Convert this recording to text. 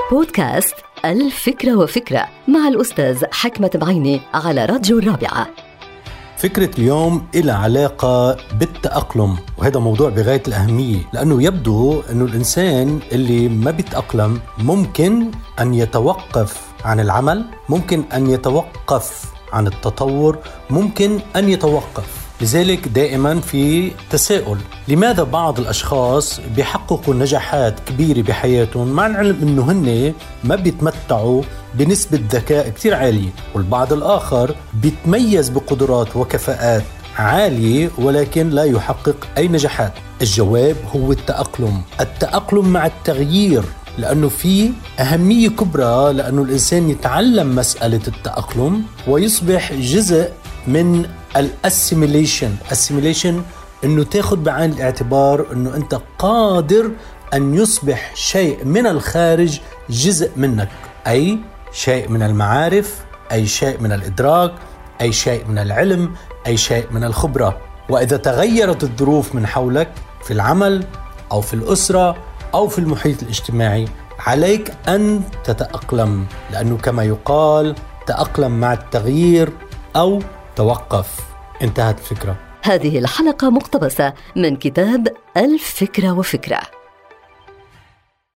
بودكاست الفكرة وفكرة مع الأستاذ حكمة بعيني على راديو الرابعة. فكرة اليوم إلها علاقة بالتأقلم، وهذا موضوع بغاية الأهمية، لأنه يبدو أنه الإنسان اللي ما بيتأقلم ممكن أن يتوقف عن العمل، ممكن أن يتوقف عن التطور، ممكن أن يتوقف. لذلك دائما في تساؤل، لماذا بعض الأشخاص بيحققوا نجاحات كبيرة بحياتهم مع العلم أنه هن ما بيتمتعوا بنسبة ذكاء كتير عالية، والبعض الآخر بيتميز بقدرات وكفاءات عالية ولكن لا يحقق أي نجاحات؟ الجواب هو التأقلم مع التغيير، لأنه في أهمية كبرى لأنه الإنسان يتعلم مسألة التأقلم ويصبح جزء من الاسيميليشن، انه تاخد بعين الاعتبار انه انت قادر ان يصبح شيء من الخارج جزء منك، اي شيء من المعارف، اي شيء من الادراك، اي شيء من العلم، اي شيء من الخبرة. واذا تغيرت الظروف من حولك في العمل او في الاسرة او في المحيط الاجتماعي، عليك ان تتأقلم، لانه كما يقال تأقلم مع التغيير أو توقف. انتهت الفكرة. هذه الحلقة مقتبسة من كتاب الفكرة وفكرة.